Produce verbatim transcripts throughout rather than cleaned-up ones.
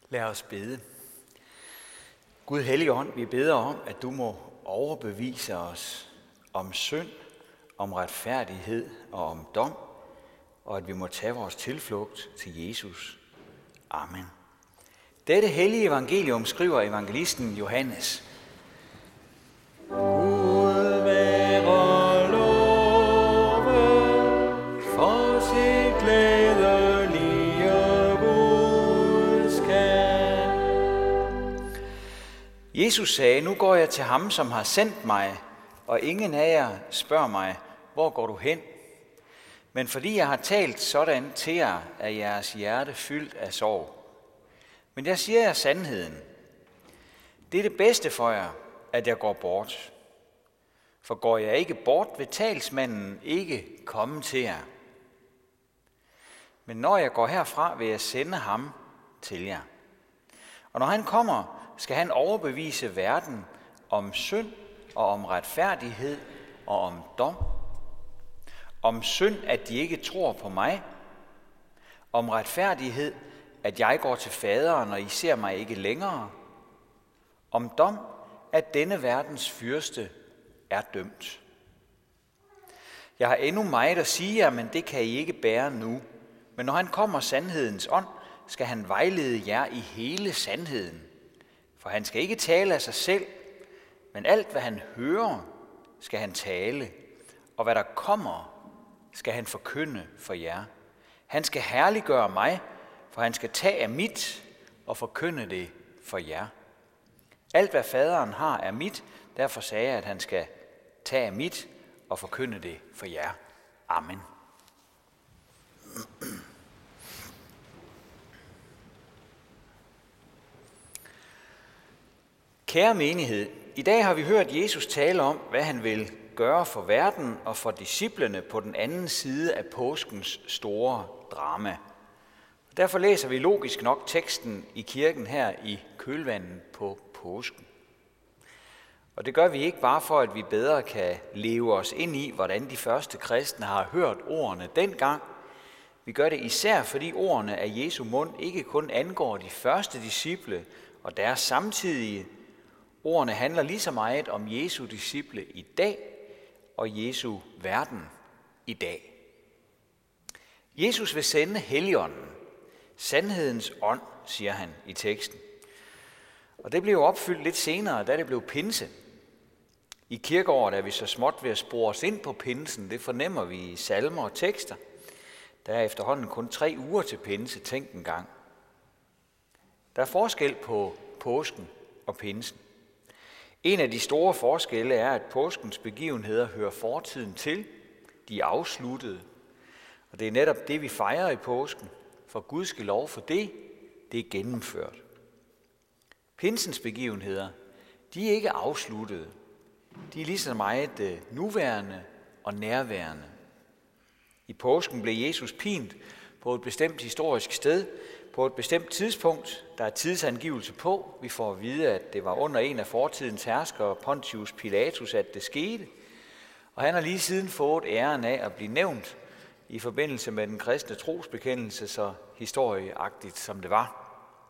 Lad os bede. Gud Helligånd, vi beder om, at du må overbevise os om synd, om retfærdighed og om dom, og at vi må tage vores tilflugt til Jesus. Amen. Dette hellige evangelium skriver evangelisten Johannes. Gud være lovet for sit glædelige budskab. Jesus sagde, nu går jeg til ham, som har sendt mig, og ingen af jer spørger mig, hvor går du hen? Men fordi jeg har talt sådan til jer, er jeres hjerte fyldt af sorg. Men jeg siger jer sandheden. Det er det bedste for jer, at jeg går bort. For går jeg ikke bort, vil talsmanden ikke komme til jer. Men når jeg går herfra, vil jeg sende ham til jer. Og når han kommer, skal han overbevise verden om synd og om retfærdighed og om dom. Om synd, at de ikke tror på mig. Om retfærdighed, at jeg går til faderen, og I ser mig ikke længere. Om dom, at denne verdens fyrste er dømt. Jeg har endnu meget at sige jer, men det kan I ikke bære nu. Men når han kommer sandhedens ånd, skal han vejlede jer i hele sandheden. For han skal ikke tale af sig selv, men alt hvad han hører, skal han tale. Og hvad der kommer, skal han forkynde for jer. Han skal herliggøre mig, for han skal tage af mit og forkynde det for jer. Alt hvad faderen har er mit, derfor sagde jeg, at han skal tage af mit og forkynde det for jer. Amen. Kære menighed, i dag har vi hørt Jesus tale om, hvad han vil gøre for verden og for disciplene på den anden side af påskens store drama. Derfor læser vi logisk nok teksten i kirken her i kølvandet på påsken. Og det gør vi ikke bare for, at vi bedre kan leve os ind i, hvordan de første kristne har hørt ordene dengang. Vi gør det især, fordi ordene af Jesu mund ikke kun angår de første disciple og deres samtidige. Ordene handler lige så meget om Jesu disciple i dag og Jesu verden i dag. Jesus vil sende Helligånden, sandhedens ånd, siger han i teksten. Og det blev opfyldt lidt senere, da det blev pinse. I kirkeåret er vi så småt ved at spore os ind på pinsen. Det fornemmer vi i salmer og tekster. Der er efterhånden kun tre uger til pinse, tænk en gang. Der er forskel på påsken og pinsen. En af de store forskelle er, at påskens begivenheder hører fortiden til. De er afsluttede. Og det er netop det, vi fejrer i påsken. For Gud skal lov for det, det er gennemført. Pinsens begivenheder, de er ikke afsluttede. De er lige så meget nuværende og nærværende. I påsken blev Jesus pint på et bestemt historisk sted, på et bestemt tidspunkt. Der er tidsangivelse på. Vi får at vide, at det var under en af fortidens herskere, Pontius Pilatus, at det skete. Og han har lige siden fået æren af at blive nævnt i forbindelse med den kristne trosbekendelse, så historieagtigt som det var.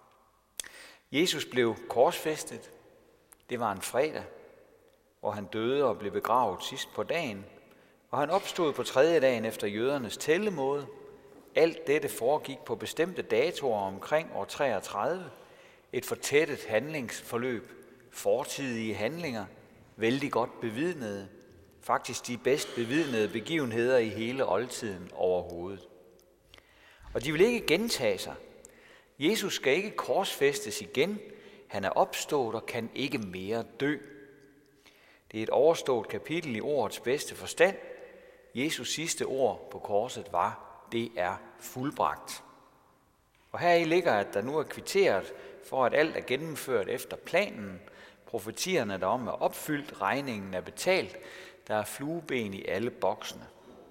Jesus blev korsfæstet. Det var en fredag, hvor han døde og blev begravet sidst på dagen. Og han opstod på tredje dagen efter jødernes tællemåde. Alt dette foregik på bestemte datoer omkring år treogtredive. Et fortættet handlingsforløb, fortidige handlinger, vældig godt bevidnede. Faktisk de bedst bevidnede begivenheder i hele oldtiden overhovedet. Og de vil ikke gentage sig. Jesus skal ikke korsfæstes igen. Han er opstået og kan ikke mere dø. Det er et overstået kapitel i ordets bedste forstand. Jesus sidste ord på korset var, det er fuldbragt. Og heri ligger, at der nu er kvitteret for, at alt er gennemført efter planen. Profetierne derom er opfyldt, regningen er betalt. Der er flueben i alle boksene.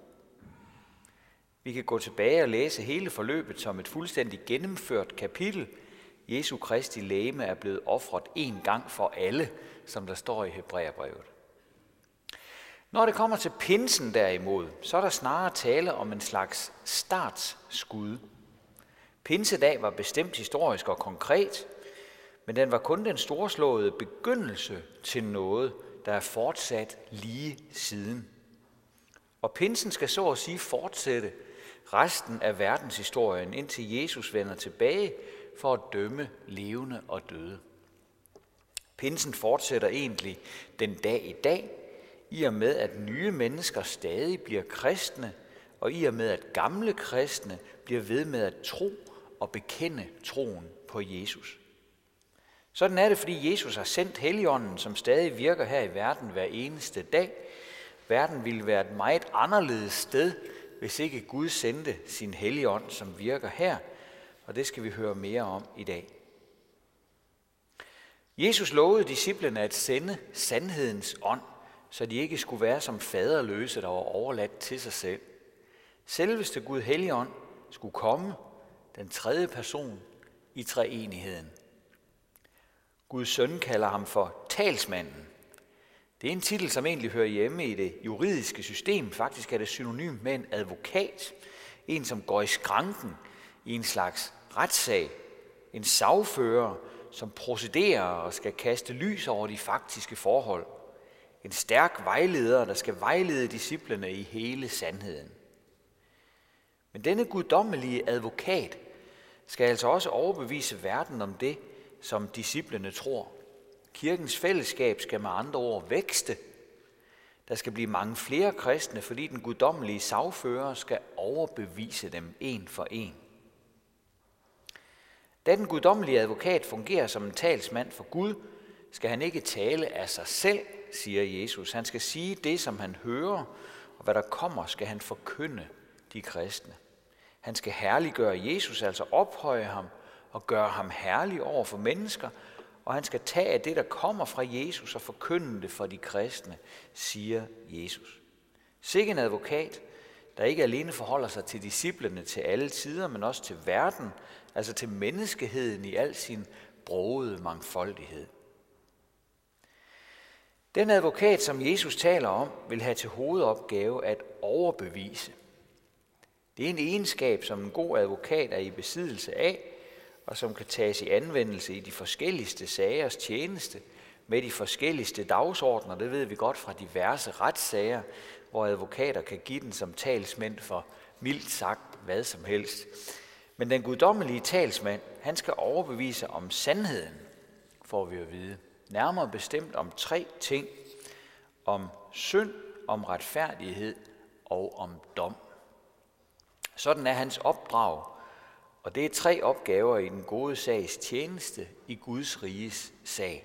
Vi kan gå tilbage og læse hele forløbet som et fuldstændig gennemført kapitel. Jesu Kristi legeme er blevet ofret en gang for alle, som der står i Hebræerbrevet. Når det kommer til pinsen derimod, så er der snarere tale om en slags startskud. Pinsedag var bestemt historisk og konkret, men den var kun den storslåede begyndelse til noget, der er fortsat lige siden. Og pinsen skal så at sige fortsætte resten af verdenshistorien, indtil Jesus vender tilbage for at dømme levende og døde. Pinsen fortsætter egentlig den dag i dag, i og med at nye mennesker stadig bliver kristne, og i og med at gamle kristne bliver ved med at tro og bekende troen på Jesus. Sådan er det, fordi Jesus har sendt Helligånden, som stadig virker her i verden hver eneste dag. Verden ville være et meget anderledes sted, hvis ikke Gud sendte sin Helligånd, som virker her, og det skal vi høre mere om i dag. Jesus lovede disciplene at sende sandhedens ånd, så de ikke skulle være som faderløse, der var overladt til sig selv. Selveste Gud Helligånd skulle komme, den tredje person i treenigheden. Guds søn kalder ham for talsmanden. Det er en titel, som egentlig hører hjemme i det juridiske system. Faktisk er det synonym med en advokat. En, som går i skranken i en slags retssag. En sagfører, som procederer og skal kaste lys over de faktiske forhold. En stærk vejleder, der skal vejlede disciplene i hele sandheden. Men denne guddommelige advokat skal altså også overbevise verden om det, som disciplene tror. Kirkens fællesskab skal med andre ord vækste. Der skal blive mange flere kristne, fordi den guddommelige sagfører skal overbevise dem en for en. Da den guddommelige advokat fungerer som en talsmand for Gud, skal han ikke tale af sig selv, siger Jesus. Han skal sige det, som han hører, og hvad der kommer, skal han forkynde de kristne. Han skal herliggøre Jesus, altså ophøje ham og gøre ham herlig over for mennesker, og han skal tage af det, der kommer fra Jesus og forkynde det for de kristne, siger Jesus. Sikke en advokat, der ikke alene forholder sig til disciplene til alle tider, men også til verden, altså til menneskeheden i al sin brogede mangfoldighed. Den advokat, som Jesus taler om, vil have til hovedopgave at overbevise. Det er en egenskab, som en god advokat er i besiddelse af, og som kan tages i anvendelse i de forskelligste sagers tjeneste, med de forskelligste dagsordner. Det ved vi godt fra diverse retssager, hvor advokater kan give den som talsmænd for mildt sagt hvad som helst. Men den guddommelige talsmand, han skal overbevise om sandheden, får vi at vide. Nærmere bestemt om tre ting. Om synd, om retfærdighed og om dom. Sådan er hans opdrag, og det er tre opgaver i den gode sags tjeneste i Guds riges sag.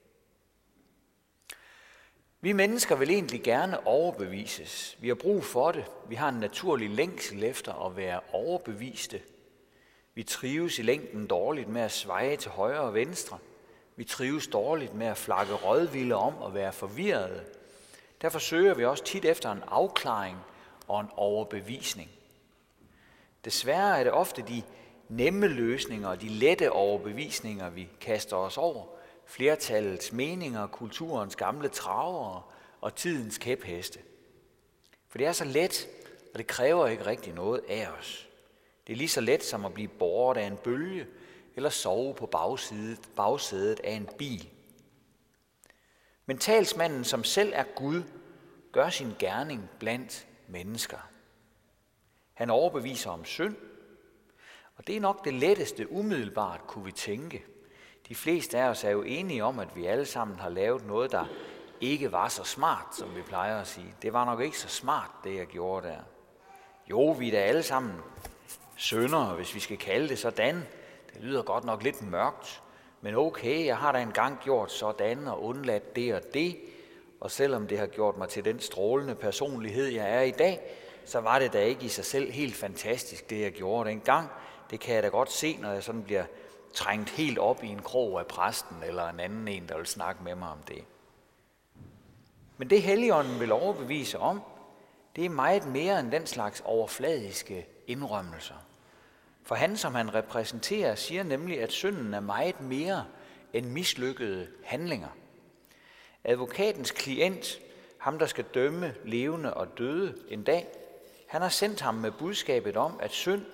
Vi mennesker vil egentlig gerne overbevises. Vi har brug for det. Vi har en naturlig længsel efter at være overbeviste. Vi trives i længden dårligt med at svaje til højre og venstre. Vi trives dårligt med at flakke rådvilde om og være forvirrede. Derfor søger vi også tit efter en afklaring og en overbevisning. Desværre er det ofte de nemme løsninger og de lette overbevisninger, vi kaster os over. Flertallets meninger, kulturens gamle travere og tidens kæpheste. For det er så let, og det kræver ikke rigtig noget af os. Det er lige så let som at blive båret af en bølge eller sove på bagsædet, bagsædet af en bil. Men talsmanden, som selv er Gud, gør sin gerning blandt mennesker. Han overbeviser om synd, og det er nok det letteste umiddelbart, kunne vi tænke. De fleste af os er jo enige om, at vi alle sammen har lavet noget, der ikke var så smart, som vi plejer at sige. Det var nok ikke så smart, det jeg gjorde der. Jo, vi er da alle sammen syndere, hvis vi skal kalde det sådan. Det lyder godt nok lidt mørkt, men okay, jeg har da engang gjort sådan og undladt det og det, og selvom det har gjort mig til den strålende personlighed, jeg er i dag, så var det da ikke i sig selv helt fantastisk, det jeg gjorde dengang. Det kan jeg da godt se, når jeg sådan bliver trængt helt op i en krog af præsten eller en anden en, der vil snakke med mig om det. Men det Helligånden vil overbevise om, det er meget mere end den slags overfladiske indrømmelser. For han, som han repræsenterer, siger nemlig, at synden er meget mere end mislykkede handlinger. Advokatens klient, ham der skal dømme levende og døde en dag, han har sendt ham med budskabet om, at synd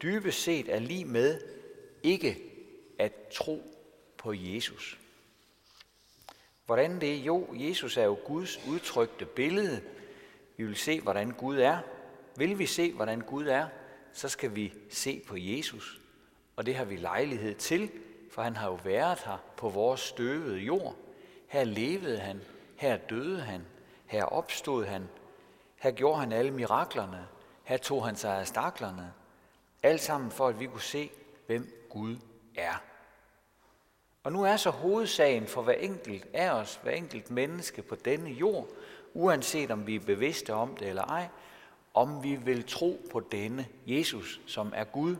dybest set er lig med ikke at tro på Jesus. Hvordan det er? Jo, Jesus er jo Guds udtrykte billede. Vi vil se, hvordan Gud er. Vil vi se, hvordan Gud er, så skal vi se på Jesus. Og det har vi lejlighed til, for han har jo været her på vores støvede jord. Her levede han, her døde han, her opstod han, her gjorde han alle miraklerne, her tog han sig af staklerne. Alt sammen for, at vi kunne se, hvem Gud er. Og nu er så hovedsagen for hver enkelt af os, hver enkelt menneske på denne jord, uanset om vi er bevidste om det eller ej, om vi vil tro på denne Jesus, som er Gud.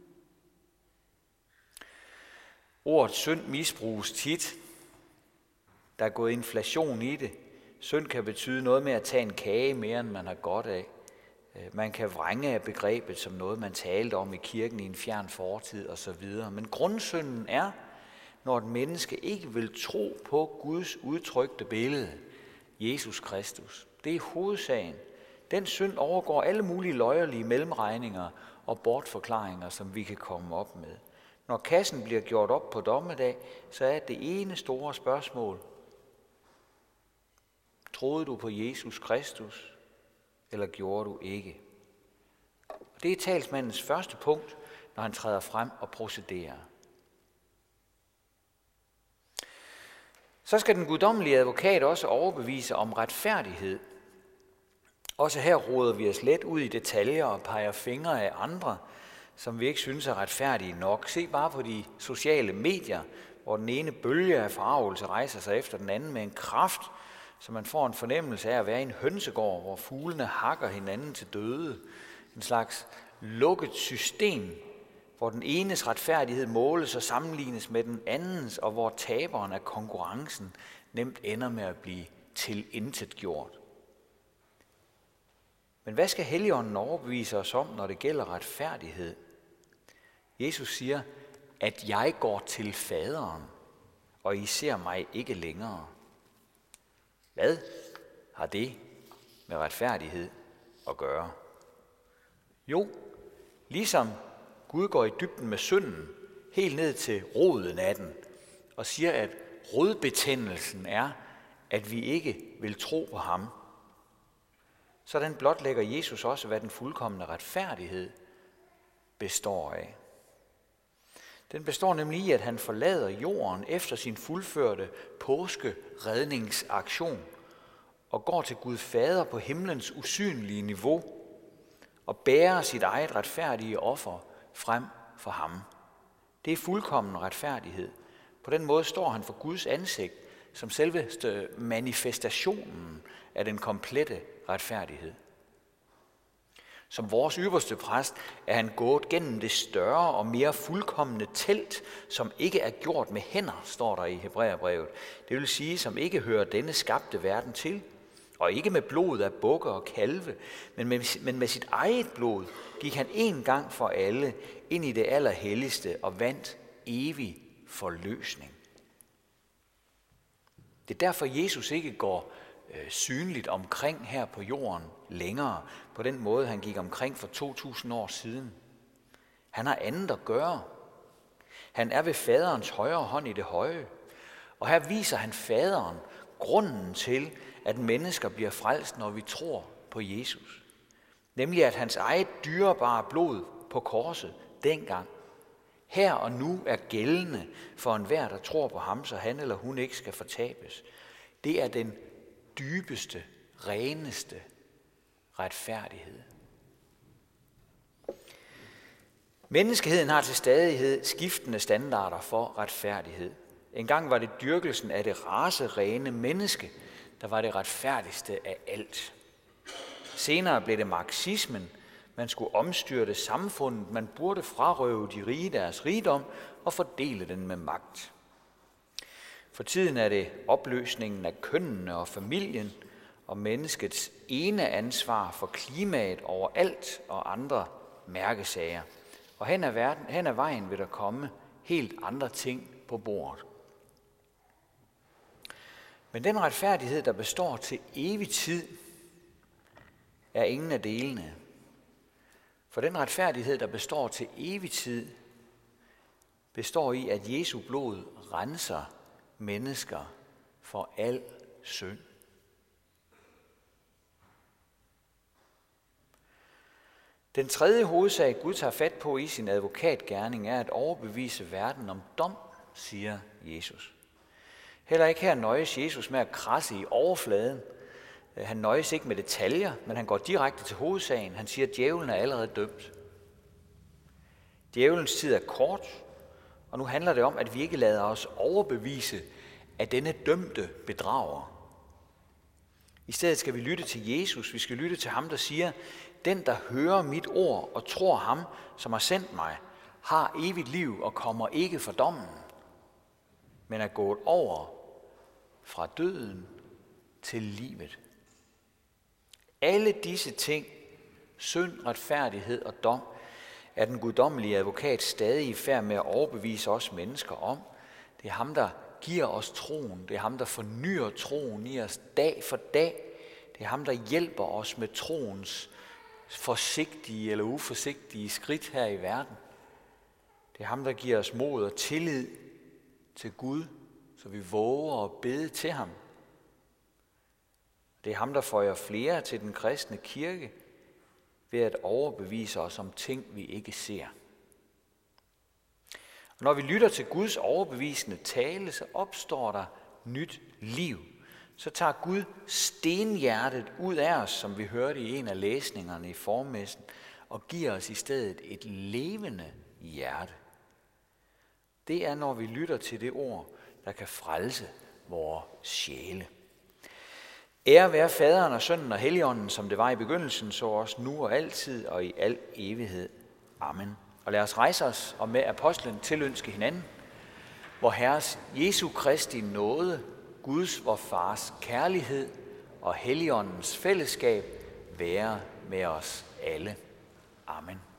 Ordet synd misbruges tit. Der er gået inflation i det. Synd kan betyde noget med at tage en kage mere, end man har godt af. Man kan vrænge af begrebet som noget, man talte om i kirken i en fjern fortid osv. Men grundsynden er, når et menneske ikke vil tro på Guds udtrykte billede, Jesus Kristus. Det er hovedsagen. Den synd overgår alle mulige løjerlige mellemregninger og bortforklaringer, som vi kan komme op med. Når kassen bliver gjort op på dommedag, så er det ene store spørgsmål: troede du på Jesus Kristus, eller gjorde du ikke? Det er talsmandens første punkt, når han træder frem og procederer. Så skal den guddommelige advokat også overbevise om retfærdighed. Også her roder vi os let ud i detaljer og peger fingre af andre, som vi ikke synes er retfærdige nok. Se bare på de sociale medier, hvor den ene bølge af forargelse rejser sig efter den anden med en kraft, så man får en fornemmelse af at være i en hønsegård, hvor fuglene hakker hinanden til døde. En slags lukket system, hvor den enes retfærdighed måles og sammenlignes med den andens, og hvor taberen af konkurrencen nemt ender med at blive tilintetgjort. Men hvad skal Helligånden overbevise os om, når det gælder retfærdighed? Jesus siger, at jeg går til faderen, og I ser mig ikke længere. Hvad har det med retfærdighed at gøre? Jo, ligesom Gud går i dybden med synden, helt ned til roden af den, og siger, at rodbetændelsen er, at vi ikke vil tro på ham. Så den blotlægger Jesus også, hvad den fuldkomne retfærdighed består af. Den består nemlig i, at han forlader jorden efter sin fuldførte påskeredningsaktion og går til Gud Fader på himlens usynlige niveau og bærer sit eget retfærdige offer frem for ham. Det er fuldkommen retfærdighed. På den måde står han for Guds ansigt som selveste manifestationen af den komplette retfærdighed. Som vores ypperste præst er han gået gennem det større og mere fuldkomne telt, som ikke er gjort med hænder, står der i Hebræerbrevet. Det vil sige, som ikke hører denne skabte verden til, og ikke med blodet af bukke og kalve, men med, men med sit eget blod gik han en gang for alle ind i det allerhelligste og vandt evig forløsning. Det er derfor, Jesus ikke går øh, synligt omkring her på jorden længere, på den måde, han gik omkring for to tusind år siden. Han har andet at gøre. Han er ved faderens højre hånd i det høje, og her viser han faderen grunden til, at mennesker bliver frelst, når vi tror på Jesus. Nemlig at hans eget dyrebare blod på korset dengang, her og nu er gældende for enhver, der tror på ham, så han eller hun ikke skal fortabes. Det er den dybeste, reneste retfærdighed. Menneskeheden har til stadighed skiftende standarder for retfærdighed. En gang var det dyrkelsen af det racerene menneske, der var det retfærdigste af alt. Senere blev det marxismen. Man skulle omstyrte samfundet, man burde frarøve de rige deres rigdom og fordele den med magt. For tiden er det opløsningen af kønnene og familien og menneskets ene ansvar for klimaet overalt og andre mærkesager. Og hen ad, verden, hen ad vejen vil der komme helt andre ting på bordet. Men den retfærdighed, der består til evig tid, er ingen af delene. For den retfærdighed, der består til evig tid, består i, at Jesu blod renser mennesker for al synd. Den tredje hovedsag, Gud tager fat på i sin advokatgerning, er at overbevise verden om dom, siger Jesus. Heller ikke her nøjes Jesus med at krasse i overfladen. Han nøjes ikke med detaljer, men han går direkte til hovedsagen. Han siger, at djævlen er allerede dømt. Djævelens tid er kort, og nu handler det om, at vi ikke lader os overbevise af denne dømte bedrager. I stedet skal vi lytte til Jesus. Vi skal lytte til ham, der siger, den, der hører mit ord og tror ham, som har sendt mig, har evigt liv og kommer ikke for dommen, men er gået over fra døden til livet. Alle disse ting, synd, retfærdighed og dom, er den guddommelige advokat stadig i færd med at overbevise os mennesker om. Det er ham, der giver os troen. Det er ham, der fornyer troen i os dag for dag. Det er ham, der hjælper os med troens forsigtige eller uforsigtige skridt her i verden. Det er ham, der giver os mod og tillid til Gud, så vi våger at bede til ham. Det er ham, der føjer flere til den kristne kirke ved at overbevise os om ting, vi ikke ser. Og når vi lytter til Guds overbevisende tale, så opstår der nyt liv. Så tager Gud stenhjertet ud af os, som vi hørte i en af læsningerne i formmessen, og giver os i stedet et levende hjerte. Det er, når vi lytter til det ord, der kan frelse vores sjæle. Ære være Faderen og Sønnen og Helligånden, som det var i begyndelsen, så også nu og altid og i al evighed. Amen. Og lad os rejse os og med apostlen tilønske hinanden, hvor Herres Jesu Kristi nåde, Guds vor Fars kærlighed og Helligåndens fællesskab være med os alle. Amen.